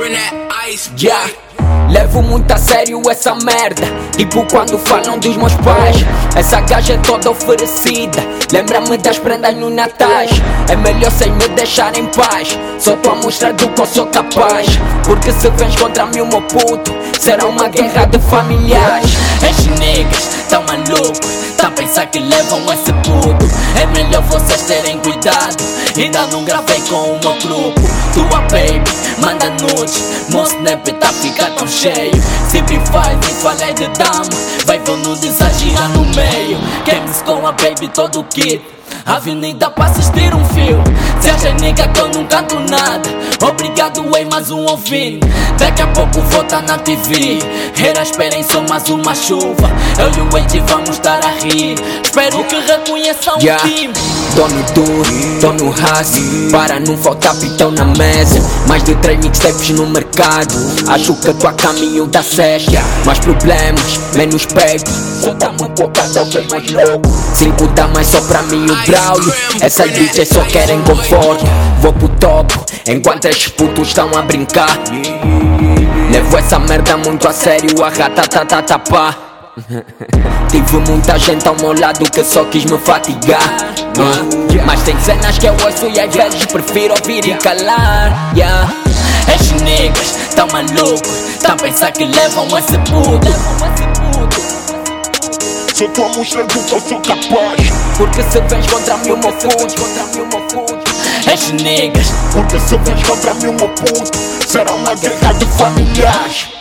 bring that ice, yeah. Levo muito a sério essa merda, tipo quando falam dos meus pais. Essa gaja é toda oferecida, lembra-me das prendas no Natais. É melhor sem me deixar em paz, só tô a mostrar do que eu sou capaz. Porque se vens contra mim, o meu puto, será uma guerra de familiares. Estes niggas tão malucos, tá a pensar que levam esse puto. É melhor vocês terem cuidado, ainda não gravei com o meu grupo. Tua baby manda nudes, meu snap tá a ficar tão cheio. Sempre faz e falei de dama, vai ver no exagerar no meio. Games com a baby todo o kit, avenida pra assistir um filme. Se acha nigga que eu não canto nada, obrigado em mais um ouvindo. Daqui a pouco vou tá na TV, era esperem só mais uma chuva. Eu e o Age vamos estar a rir, espero que reconheçam o time. Tô no duro, tô no raço, para não faltar pitão na mesa. Mais de 3 mixtapes no mercado, acho que tô a caminho da cesta. Mais problemas, menos perto, só dá-me um pouco cada vez mais louco. 5 dá mais só pra mim o Braulio, essas bitches só querem conforto. Vou pro topo, enquanto estes putos estão a brincar. Levo essa merda muito a sério, a ratatatapá. Tive muita gente ao meu lado que só quis me fatigar, mas tem cenas que eu ouço e às vezes prefiro ouvir e calar, Estes niggas tão malucos, tá a pensar que levam esse puto. Só tô a mostrar do que eu sou capaz. porque se vens contra mim, o meu puto. Estes niggas, Porque se vens contra mim, o meu puto, será uma guerra de familiares.